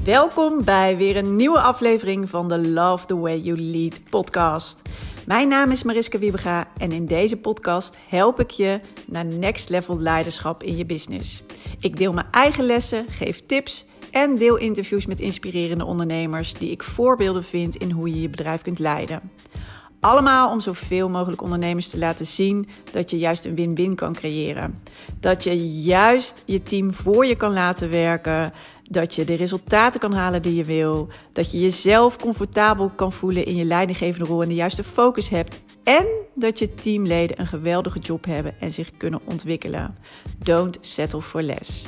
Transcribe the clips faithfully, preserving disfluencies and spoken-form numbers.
Welkom bij weer een nieuwe aflevering van de Love the Way You Lead podcast. Mijn naam is Mariska Wiebega en in deze podcast help ik je naar next level leiderschap in je business. Ik deel mijn eigen lessen, geef tips en deel interviews met inspirerende ondernemers die ik voorbeelden vind in hoe je je bedrijf kunt leiden. Allemaal om zoveel mogelijk ondernemers te laten zien dat je juist een win-win kan creëren. Dat je juist je team voor je kan laten werken. Dat je de resultaten kan halen die je wil. Dat je jezelf comfortabel kan voelen in je leidinggevende rol en de juiste focus hebt. En dat je teamleden een geweldige job hebben en zich kunnen ontwikkelen. Don't settle for less.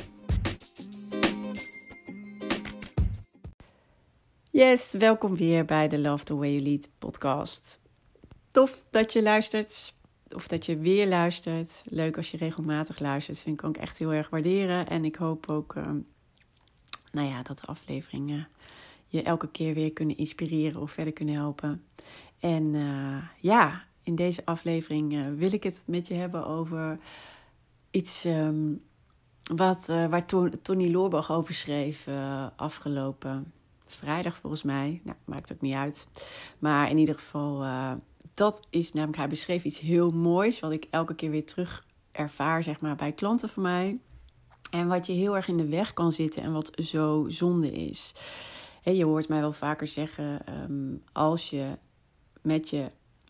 Yes, welkom weer bij de Love the Way You Lead podcast. Tof dat je luistert, of dat je weer luistert. Leuk als je regelmatig luistert, vind ik ook echt heel erg waarderen. En ik hoop ook uh, nou ja, dat de afleveringen je elke keer weer kunnen inspireren of verder kunnen helpen. En uh, ja, in deze aflevering uh, wil ik het met je hebben over iets um, wat, uh, waar to- Tony Loorbach over schreef uh, afgelopen vrijdag volgens mij. Nou, maakt ook niet uit. Maar in ieder geval... Uh, Dat is namelijk, hij beschreef iets heel moois, wat ik elke keer weer terug ervaar, zeg maar, bij klanten van mij. En wat je heel erg in de weg kan zitten en wat zo zonde is. He, je hoort mij wel vaker zeggen, um, als je met je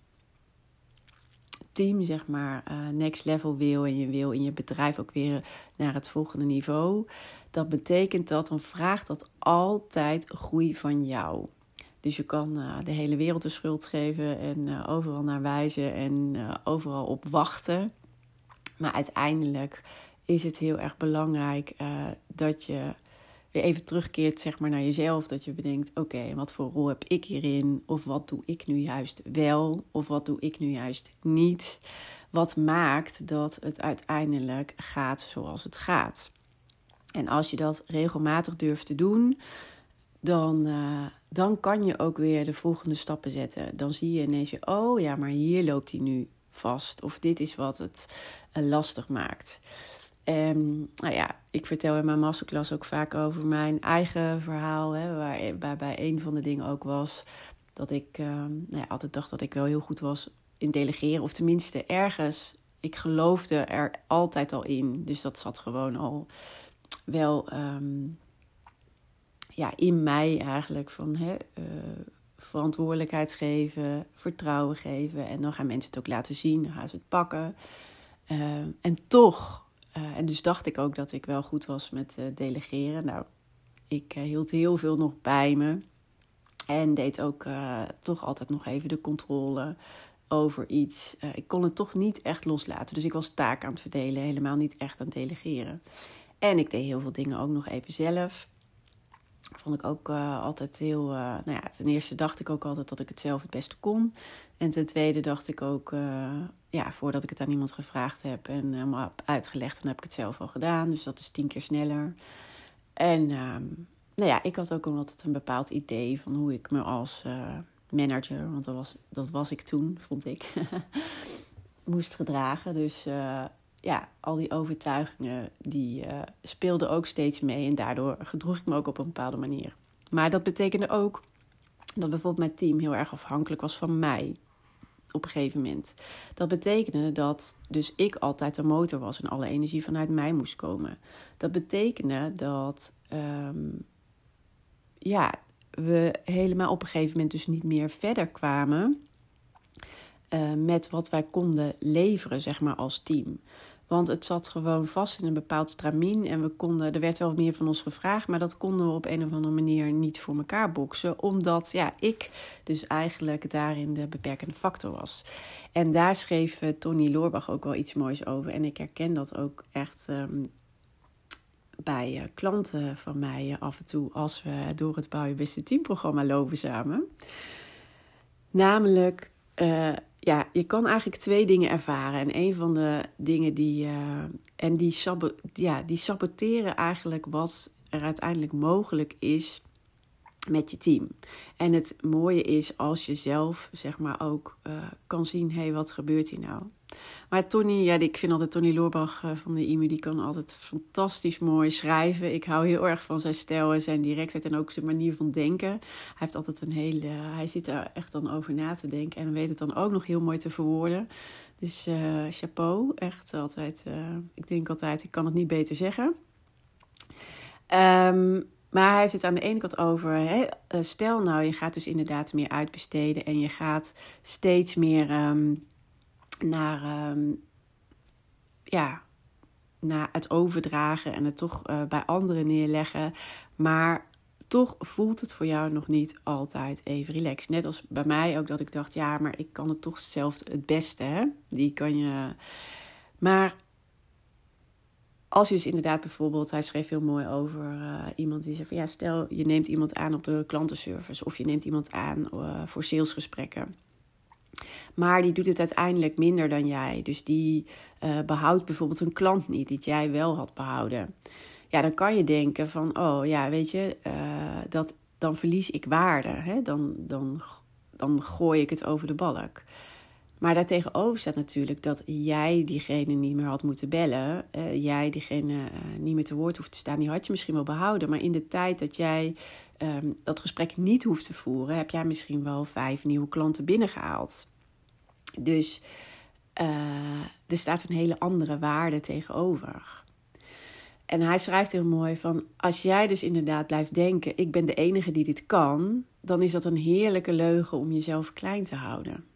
team, zeg maar, uh, next level wil en je wil in je bedrijf ook weer naar het volgende niveau. Dat betekent dat, dan vraagt dat altijd groei van jou. Dus je kan uh, de hele wereld de schuld geven en uh, overal naar wijzen en uh, overal op wachten. Maar uiteindelijk is het heel erg belangrijk uh, dat je weer even terugkeert, zeg maar, naar jezelf. Dat je bedenkt, oké, okay, wat voor rol heb ik hierin? Of wat doe ik nu juist wel? Of wat doe ik nu juist niet? Wat maakt dat het uiteindelijk gaat zoals het gaat? En als je dat regelmatig durft te doen, dan... Uh, Dan kan je ook weer de volgende stappen zetten. Dan zie je ineens, oh ja, maar hier loopt hij nu vast. Of dit is wat het uh, lastig maakt. En nou ja, ik vertel in mijn masterclass ook vaak over mijn eigen verhaal. Hè, waar, waarbij een van de dingen ook was dat ik uh, nou ja, altijd dacht dat ik wel heel goed was in delegeren. Of tenminste ergens, ik geloofde er altijd al in. Dus dat zat gewoon al wel... Um, Ja, in mij eigenlijk van hè, uh, verantwoordelijkheid geven, vertrouwen geven. En dan gaan mensen het ook laten zien, dan gaan ze het pakken. Uh, en toch, uh, en dus dacht ik ook dat ik wel goed was met uh, delegeren. Nou, ik uh, hield heel veel nog bij me. En deed ook uh, toch altijd nog even de controle over iets. Uh, ik kon het toch niet echt loslaten. Dus ik was taken aan het verdelen, helemaal niet echt aan het delegeren. En ik deed heel veel dingen ook nog even zelf. Vond ik ook uh, altijd heel... Uh, nou ja, ten eerste dacht ik ook altijd dat ik het zelf het beste kon. En ten tweede dacht ik ook... Uh, ja, voordat ik het aan iemand gevraagd heb en helemaal heb uitgelegd, dan heb ik het zelf al gedaan. Dus dat is tien keer sneller. En uh, nou ja, ik had ook altijd een bepaald idee van hoe ik me als uh, manager... want dat was, dat was ik toen, vond ik... moest gedragen. Dus... Uh, Ja, al die overtuigingen die uh, speelden ook steeds mee. En daardoor gedroeg ik me ook op een bepaalde manier. Maar dat betekende ook dat bijvoorbeeld mijn team heel erg afhankelijk was van mij. Op een gegeven moment. Dat betekende dat dus ik altijd de motor was en alle energie vanuit mij moest komen. Dat betekende dat um, ja, we helemaal op een gegeven moment dus niet meer verder kwamen uh, met wat wij konden leveren, zeg maar, als team. Want het zat gewoon vast in een bepaald stramien. En we konden, er werd wel meer van ons gevraagd. Maar dat konden we op een of andere manier niet voor elkaar boksen. Omdat ja, ik dus eigenlijk daarin de beperkende factor was. En daar schreef uh, Tony Loorbach ook wel iets moois over. En ik herken dat ook echt um, bij uh, klanten van mij uh, af en toe. Als we door het Bouw Je Beste Team programma lopen samen. Namelijk... Uh, Ja, je kan eigenlijk twee dingen ervaren. En een van de dingen die... Uh, en die, sabo- ja, die saboteren eigenlijk wat er uiteindelijk mogelijk is met je team. En het mooie is als je zelf, zeg maar, ook uh, kan zien... hé, hey, wat gebeurt hier nou? Maar Tony, ja, ik vind altijd Tony Loorbach uh, van de I M U, die kan altijd fantastisch mooi schrijven. Ik hou heel erg van zijn stijl en zijn directheid en ook zijn manier van denken. Hij heeft altijd een hele, hij zit er echt dan over na te denken en weet het dan ook nog heel mooi te verwoorden. Dus uh, chapeau, echt altijd. Uh, ik denk altijd, ik kan het niet beter zeggen. Um, Maar hij heeft het aan de ene kant over, hè, stel nou je gaat dus inderdaad meer uitbesteden en je gaat steeds meer um, naar, um, ja, naar het overdragen en het toch uh, bij anderen neerleggen. Maar toch voelt het voor jou nog niet altijd even relaxed. Net als bij mij ook dat ik dacht, ja, maar ik kan het toch zelf het beste, hè? Die kan je... Maar... Als je dus inderdaad bijvoorbeeld, hij schreef heel mooi over uh, iemand die zei van ja, stel je neemt iemand aan op de klantenservice of je neemt iemand aan uh, voor salesgesprekken. Maar die doet het uiteindelijk minder dan jij. Dus die uh, behoudt bijvoorbeeld een klant niet die jij wel had behouden. Ja, dan kan je denken van oh ja, weet je, uh, dat, dan verlies ik waarde. Hè? Dan, dan, dan gooi ik het over de balk. Maar daartegenover staat natuurlijk dat jij diegene niet meer had moeten bellen. Uh, jij diegene uh, niet meer te woord hoeft te staan. Die had je misschien wel behouden. Maar in de tijd dat jij um, dat gesprek niet hoeft te voeren, heb jij misschien wel vijf nieuwe klanten binnengehaald. Dus uh, er staat een hele andere waarde tegenover. En hij schrijft heel mooi van, als jij dus inderdaad blijft denken, ik ben de enige die dit kan, dan is dat een heerlijke leugen om jezelf klein te houden.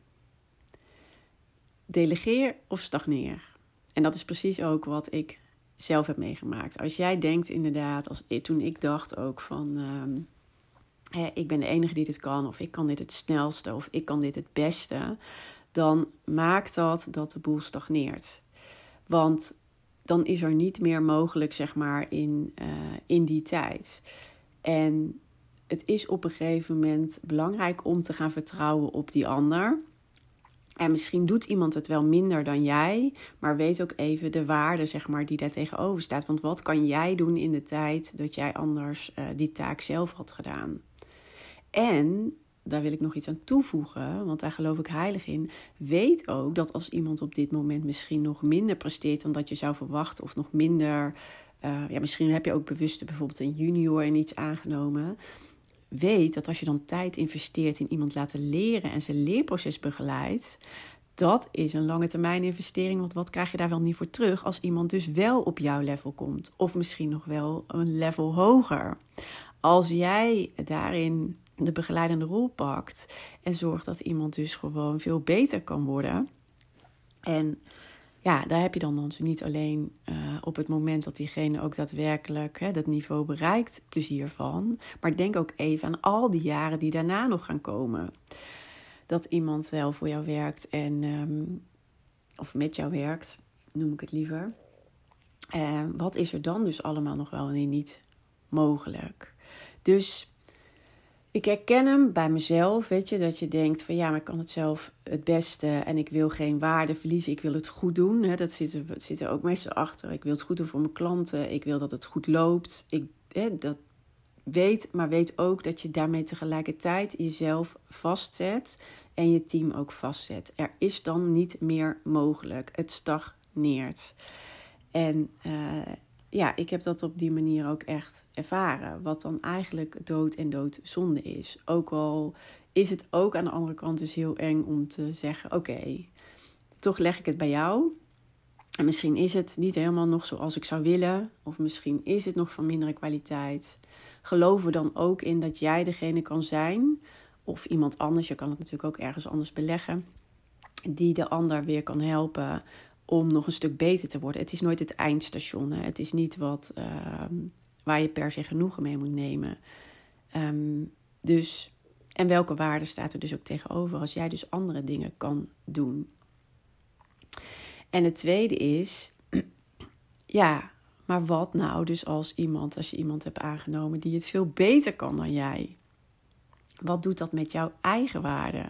Delegeer of stagneer. En dat is precies ook wat ik zelf heb meegemaakt. Als jij denkt inderdaad, als, toen ik dacht ook van... Um, hè, ik ben de enige die dit kan, of ik kan dit het snelste, of ik kan dit het beste, dan maakt dat dat de boel stagneert. Want dan is er niet meer mogelijk, zeg maar, in, uh, in die tijd. En het is op een gegeven moment belangrijk om te gaan vertrouwen op die ander. En misschien doet iemand het wel minder dan jij, maar weet ook even de waarde, zeg maar, die daar tegenover staat. Want wat kan jij doen in de tijd dat jij anders uh, die taak zelf had gedaan? En, daar wil ik nog iets aan toevoegen, want daar geloof ik heilig in. Weet ook dat als iemand op dit moment misschien nog minder presteert dan dat je zou verwachten, of nog minder, uh, ja, misschien heb je ook bewust bijvoorbeeld een junior in iets aangenomen. Weet dat als je dan tijd investeert in iemand laten leren en zijn leerproces begeleidt, dat is een lange termijn investering. Want wat krijg je daar wel niet voor terug als iemand dus wel op jouw level komt? Of misschien nog wel een level hoger. Als jij daarin de begeleidende rol pakt en zorgt dat iemand dus gewoon veel beter kan worden. En ja, daar heb je dan dus niet alleen uh, op het moment dat diegene ook daadwerkelijk hè, dat niveau bereikt plezier van. Maar denk ook even aan al die jaren die daarna nog gaan komen. Dat iemand wel voor jou werkt en um, of met jou werkt, noem ik het liever. Uh, wat is er dan dus allemaal nog wel en niet mogelijk? Dus ik herken hem bij mezelf, weet je, dat je denkt van ja, maar ik kan het zelf het beste en ik wil geen waarde verliezen, ik wil het goed doen. Hè, dat zit er, zit er ook meestal achter. Ik wil het goed doen voor mijn klanten, ik wil dat het goed loopt. Ik hè, dat weet, maar weet ook dat je daarmee tegelijkertijd jezelf vastzet en je team ook vastzet. Er is dan niet meer mogelijk. Het stagneert. En uh, ja, ik heb dat op die manier ook echt ervaren. Wat dan eigenlijk dood en doodzonde is. Ook al is het ook aan de andere kant dus heel eng om te zeggen, oké, okay, toch leg ik het bij jou. En misschien is het niet helemaal nog zoals ik zou willen. Of misschien is het nog van mindere kwaliteit. Geloof er dan ook in dat jij degene kan zijn. Of iemand anders, je kan het natuurlijk ook ergens anders beleggen. Die de ander weer kan helpen om nog een stuk beter te worden. Het is nooit het eindstation. Hè? Het is niet wat uh, waar je per se genoegen mee moet nemen. Um, dus, en welke waarde staat er dus ook tegenover als jij dus andere dingen kan doen. En het tweede is, ja, maar wat nou dus als iemand, als je iemand hebt aangenomen die het veel beter kan dan jij? Wat doet dat met jouw eigen waarde?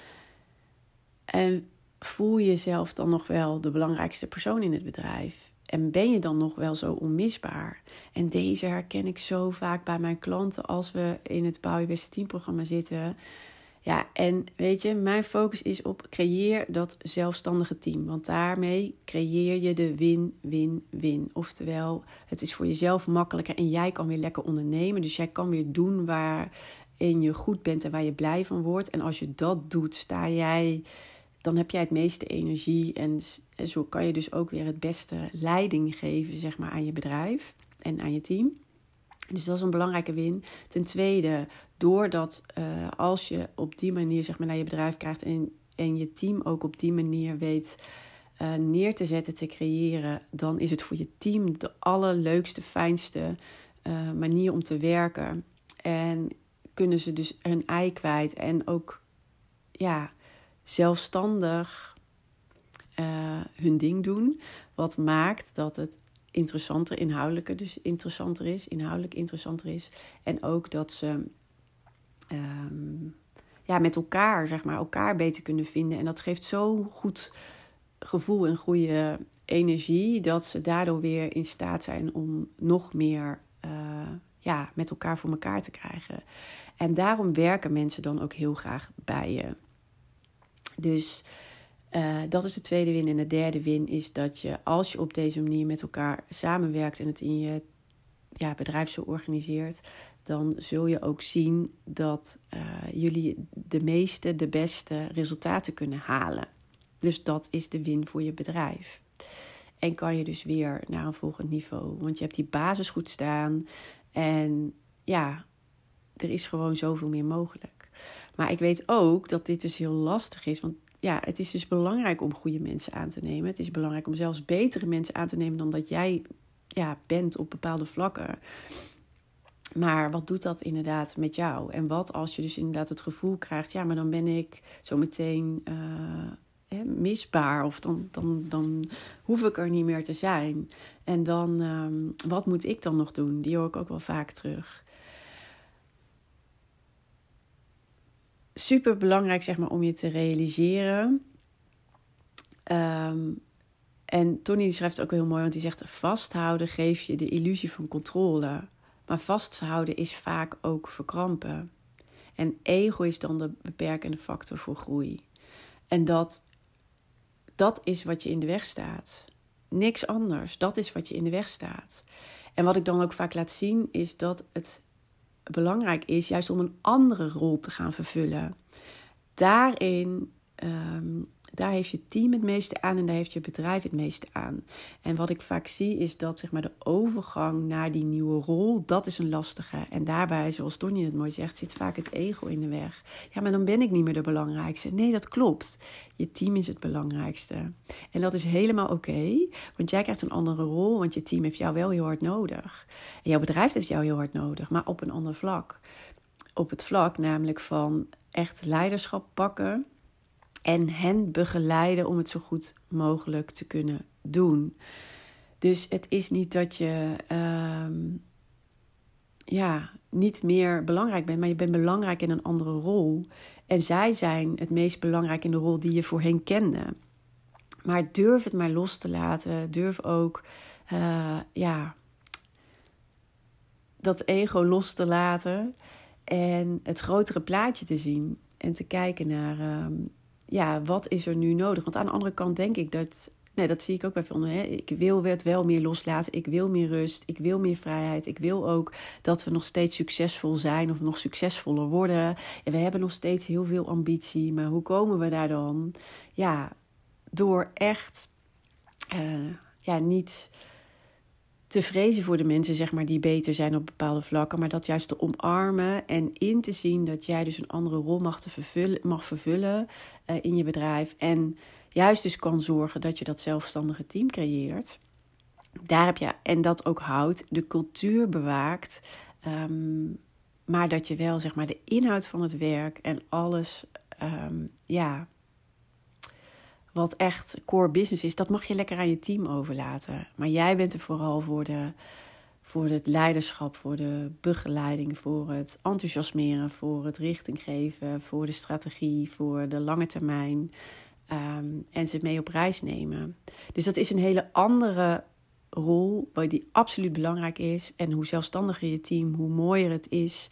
En voel je jezelf dan nog wel de belangrijkste persoon in het bedrijf? En ben je dan nog wel zo onmisbaar? En deze herken ik zo vaak bij mijn klanten als we in het Bouw je beste teamprogramma zitten. Ja, en weet je, mijn focus is op creëer dat zelfstandige team. Want daarmee creëer je de win-win-win. Oftewel, het is voor jezelf makkelijker en jij kan weer lekker ondernemen. Dus jij kan weer doen waarin je goed bent en waar je blij van wordt. En als je dat doet, sta jij, dan heb jij het meeste energie. En zo kan je dus ook weer het beste leiding geven, zeg maar, aan je bedrijf en aan je team. Dus dat is een belangrijke win. Ten tweede, doordat uh, als je op die manier, zeg maar, naar je bedrijf krijgt en, en je team ook op die manier weet uh, neer te zetten, te creëren, dan is het voor je team de allerleukste, fijnste uh, manier om te werken. En kunnen ze dus hun ei kwijt en ook ja, zelfstandig uh, hun ding doen. Wat maakt dat het interessanter, inhoudelijker dus interessanter is, inhoudelijk interessanter is. En ook dat ze um, ja, met elkaar, zeg maar, elkaar beter kunnen vinden. En dat geeft zo'n goed gevoel en goede energie, dat ze daardoor weer in staat zijn om nog meer uh, ja, met elkaar voor elkaar te krijgen. En daarom werken mensen dan ook heel graag bij je. Dus Uh, dat is de tweede win. En de derde win is dat je, als je op deze manier met elkaar samenwerkt en het in je ja, bedrijf zo organiseert, dan zul je ook zien dat uh, jullie de meeste, de beste resultaten kunnen halen. Dus dat is de win voor je bedrijf. En kan je dus weer naar een volgend niveau. Want je hebt die basis goed staan. En ja, er is gewoon zoveel meer mogelijk. Maar ik weet ook dat dit dus heel lastig is. Want ja, het is dus belangrijk om goede mensen aan te nemen. Het is belangrijk om zelfs betere mensen aan te nemen dan dat jij ja, bent op bepaalde vlakken. Maar wat doet dat inderdaad met jou? En wat als je dus inderdaad het gevoel krijgt, ja, maar dan ben ik zo meteen uh, hè, misbaar. Of dan, dan, dan hoef ik er niet meer te zijn. En dan, um, wat moet ik dan nog doen? Die hoor ik ook wel vaak terug. Super belangrijk, zeg maar, om je te realiseren. Um, en Tony schrijft ook heel mooi, want die zegt: vasthouden geeft je de illusie van controle. Maar vasthouden is vaak ook verkrampen. En ego is dan de beperkende factor voor groei. En dat, dat is wat je in de weg staat. Niks anders. Dat is wat je in de weg staat. En wat ik dan ook vaak laat zien, is dat het belangrijk is juist om een andere rol te gaan vervullen. Daarin, um, daar heeft je team het meeste aan en daar heeft je bedrijf het meeste aan. En wat ik vaak zie is dat, zeg maar, de overgang naar die nieuwe rol, dat is een lastige. En daarbij, zoals Tony het mooi zegt, zit vaak het ego in de weg. Ja, maar dan ben ik niet meer de belangrijkste. Nee, dat klopt. Je team is het belangrijkste. En dat is helemaal oké, okay, want jij krijgt een andere rol, want je team heeft jou wel heel hard nodig. En jouw bedrijf heeft jou heel hard nodig, maar op een ander vlak. Op het vlak namelijk van echt leiderschap pakken en hen begeleiden om het zo goed mogelijk te kunnen doen. Dus het is niet dat je um, ja, niet meer belangrijk bent, maar je bent belangrijk in een andere rol. En zij zijn het meest belangrijk in de rol die je voorheen kende. Maar durf het maar los te laten. Durf ook uh, ja, dat ego los te laten en het grotere plaatje te zien. En te kijken naar, um, ja, wat is er nu nodig? Want aan de andere kant denk ik dat, nee, dat zie ik ook bij veel. Hè? Ik wil het wel meer loslaten. Ik wil meer rust. Ik wil meer vrijheid. Ik wil ook dat we nog steeds succesvol zijn of nog succesvoller worden. En we hebben nog steeds heel veel ambitie. Maar hoe komen we daar dan? Ja, door echt uh, ja, niet te vrezen voor de mensen, zeg maar, die beter zijn op bepaalde vlakken, maar dat juist te omarmen en in te zien dat jij dus een andere rol mag, te vervullen, mag vervullen uh, in je bedrijf. En juist dus kan zorgen dat je dat zelfstandige team creëert. Daar heb je, en dat ook houdt, de cultuur bewaakt. Um, maar dat je wel, zeg maar, de inhoud van het werk en alles, um, ja, wat echt core business is, dat mag je lekker aan je team overlaten. Maar jij bent er vooral voor, de, voor het leiderschap, voor de begeleiding, voor het enthousiasmeren, voor het richting geven, voor de strategie, voor de lange termijn. Um, en ze mee op reis nemen. Dus dat is een hele andere rol, die absoluut belangrijk is. En hoe zelfstandiger je team, hoe mooier het is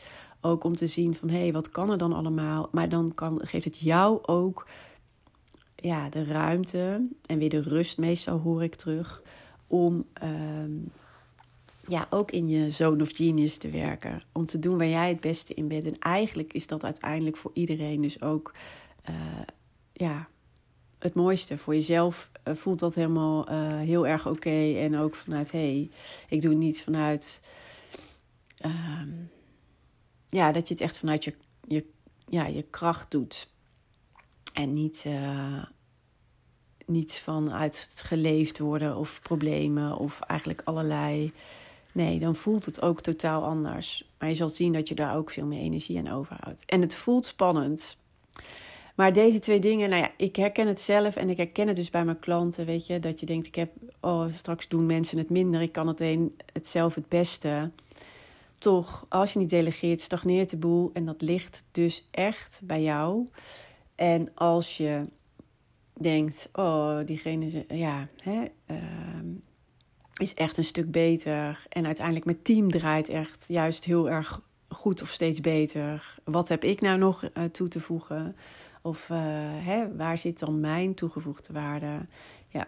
Ook om te zien van, hé, hey, wat kan er dan allemaal? Maar dan kan, geeft het jou ook ja, de ruimte en weer de rust, meestal hoor ik terug, om um, ja, ook in je zone of genius te werken. Om te doen waar jij het beste in bent. En eigenlijk is dat uiteindelijk voor iedereen dus ook uh, ja, het mooiste. Voor jezelf uh, voelt dat helemaal uh, heel erg oké. Okay. En ook vanuit, hé, hey, ik doe het niet vanuit Uh, ja, dat je het echt vanuit je, je, ja, je kracht doet. En niet, uh, niet vanuit het geleefd worden of problemen of eigenlijk allerlei. Nee, dan voelt het ook totaal anders. Maar je zult zien dat je daar ook veel meer energie aan overhoudt. En het voelt spannend. Maar deze twee dingen, nou ja, ik herken het zelf en ik herken het dus bij mijn klanten, weet je. Dat je denkt, ik heb, oh, straks doen mensen het minder. Ik kan het, een, het zelf het beste. Toch, als je niet delegeert, stagneert de boel. En dat ligt dus echt bij jou. En als je denkt, oh, diegene ja, hè, uh, is echt een stuk beter. En uiteindelijk mijn team draait echt juist heel erg goed of steeds beter. Wat heb ik nou nog uh, toe te voegen? Of uh, hè, waar zit dan mijn toegevoegde waarde? Ja,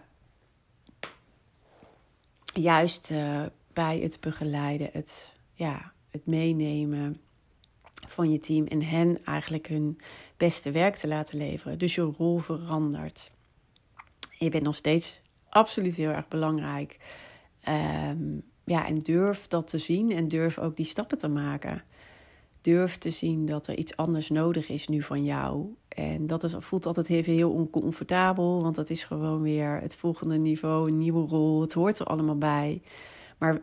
juist uh, bij het begeleiden, het... Ja, het meenemen van je team en hen eigenlijk hun beste werk te laten leveren. Dus je rol verandert. Je bent nog steeds absoluut heel erg belangrijk. Um, ja, en durf dat te zien en durf ook die stappen te maken. Durf te zien dat er iets anders nodig is nu van jou. En dat is, voelt altijd even heel oncomfortabel, want dat is gewoon weer het volgende niveau, een nieuwe rol. Het hoort er allemaal bij. Maar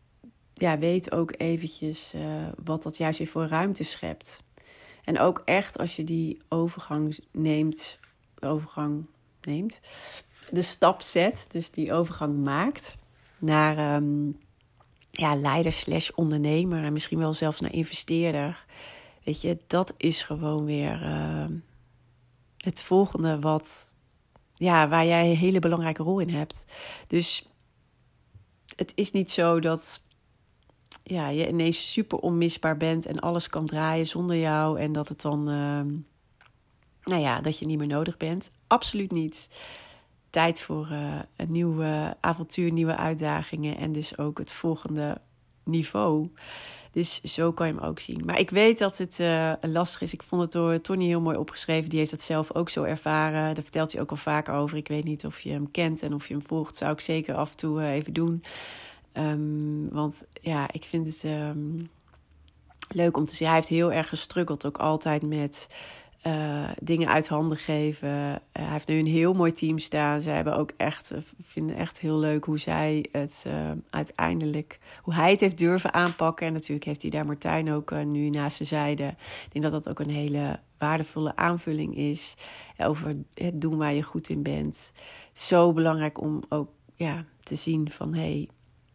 ja, weet ook eventjes uh, wat dat juist weer voor ruimte schept. En ook echt als je die overgang neemt, overgang neemt, de stap zet, dus die overgang maakt naar um, ja, leider slash ondernemer en misschien wel zelfs naar investeerder. Weet je, dat is gewoon weer uh, het volgende wat, ja, waar jij een hele belangrijke rol in hebt. Dus het is niet zo dat ja, je ineens super onmisbaar bent en alles kan draaien zonder jou en dat het dan, uh, nou ja, dat je niet meer nodig bent. Absoluut niet. Tijd voor uh, een nieuw uh, avontuur, nieuwe uitdagingen en dus ook het volgende niveau. Dus zo kan je hem ook zien. Maar ik weet dat het uh, lastig is. Ik vond het door Tony heel mooi opgeschreven. Die heeft dat zelf ook zo ervaren. Daar vertelt hij ook al vaker over. Ik weet niet of je hem kent en of je hem volgt. Zou ik zeker af en toe uh, even doen. Um, want ja, ik vind het um, leuk om te zien. Hij heeft heel erg gestruggeld ook altijd met uh, dingen uit handen geven. Uh, hij heeft nu een heel mooi team staan. Ze hebben ook echt, uh, vinden echt heel leuk hoe zij het uh, uiteindelijk, hoe hij het heeft durven aanpakken. En natuurlijk heeft hij daar Martijn ook uh, nu naast zijn zijde. Ik denk dat dat ook een hele waardevolle aanvulling is over het doen waar je goed in bent. Zo belangrijk om ook ja, te zien van hé, hey,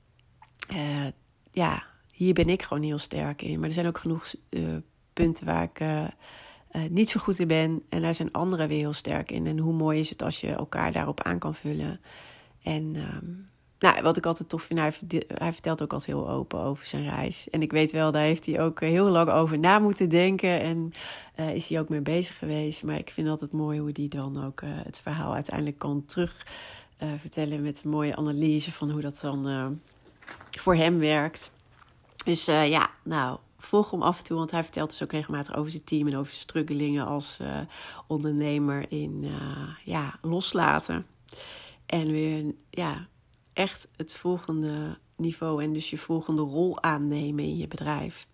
Uh, ja, hier ben ik gewoon heel sterk in. Maar er zijn ook genoeg uh, punten waar ik uh, uh, niet zo goed in ben. En daar zijn anderen weer heel sterk in. En hoe mooi is het als je elkaar daarop aan kan vullen. En um, nou, wat ik altijd tof vind, hij, hij vertelt ook altijd heel open over zijn reis. En ik weet wel, daar heeft hij ook heel lang over na moeten denken. En uh, is hij ook mee bezig geweest. Maar ik vind het altijd mooi hoe hij dan ook uh, het verhaal uiteindelijk kan terug uh, vertellen. Met een mooie analyse van hoe dat dan Uh, voor hem werkt. Dus uh, ja, nou, volg hem af en toe. Want hij vertelt dus ook regelmatig over zijn team en over zijn struggelingen als uh, ondernemer in uh, ja, loslaten. En weer ja, echt het volgende niveau en dus je volgende rol aannemen in je bedrijf.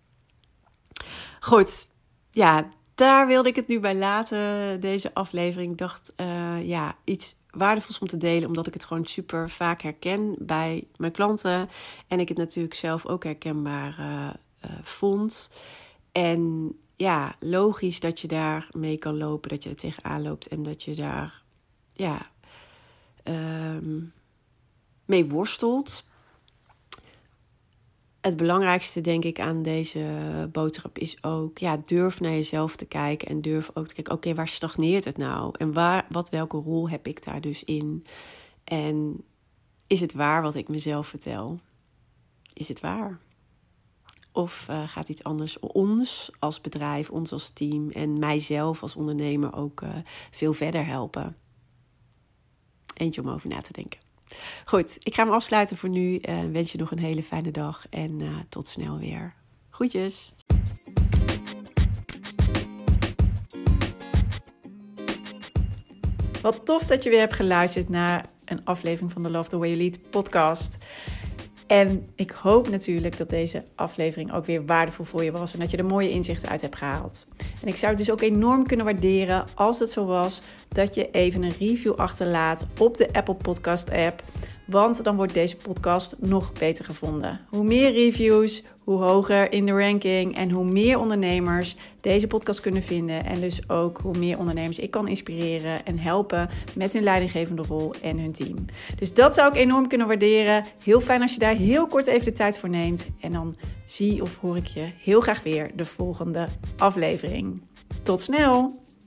Goed, ja, daar wilde ik het nu bij laten, deze aflevering. Ik dacht, uh, ja, iets waardevols om te delen, omdat ik het gewoon super vaak herken bij mijn klanten. En ik het natuurlijk zelf ook herkenbaar uh, uh, vond. En ja, logisch dat je daar mee kan lopen, dat je er tegenaan loopt en dat je daar ja, um, mee worstelt. Het belangrijkste, denk ik, aan deze boodschap is ook, ja, durf naar jezelf te kijken en durf ook te kijken, oké, okay, waar stagneert het nou? En waar, wat, welke rol heb ik daar dus in? En is het waar wat ik mezelf vertel? Is het waar? of uh, gaat iets anders ons als bedrijf, ons als team en mijzelf als ondernemer ook uh, veel verder helpen? Eentje om over na te denken. Goed, ik ga hem afsluiten voor nu. Uh, wens je nog een hele fijne dag en uh, tot snel weer. Groetjes! Wat tof dat je weer hebt geluisterd naar een aflevering van de Love the Way You Lead podcast. En ik hoop natuurlijk dat deze aflevering ook weer waardevol voor je was en dat je er mooie inzichten uit hebt gehaald. En ik zou het dus ook enorm kunnen waarderen als het zo was dat je even een review achterlaat op de Apple Podcast app. Want dan wordt deze podcast nog beter gevonden. Hoe meer reviews, hoe hoger in de ranking en hoe meer ondernemers deze podcast kunnen vinden. En dus ook hoe meer ondernemers ik kan inspireren en helpen met hun leidinggevende rol en hun team. Dus dat zou ik enorm kunnen waarderen. Heel fijn als je daar heel kort even de tijd voor neemt. En dan zie of hoor ik je heel graag weer de volgende aflevering. Tot snel!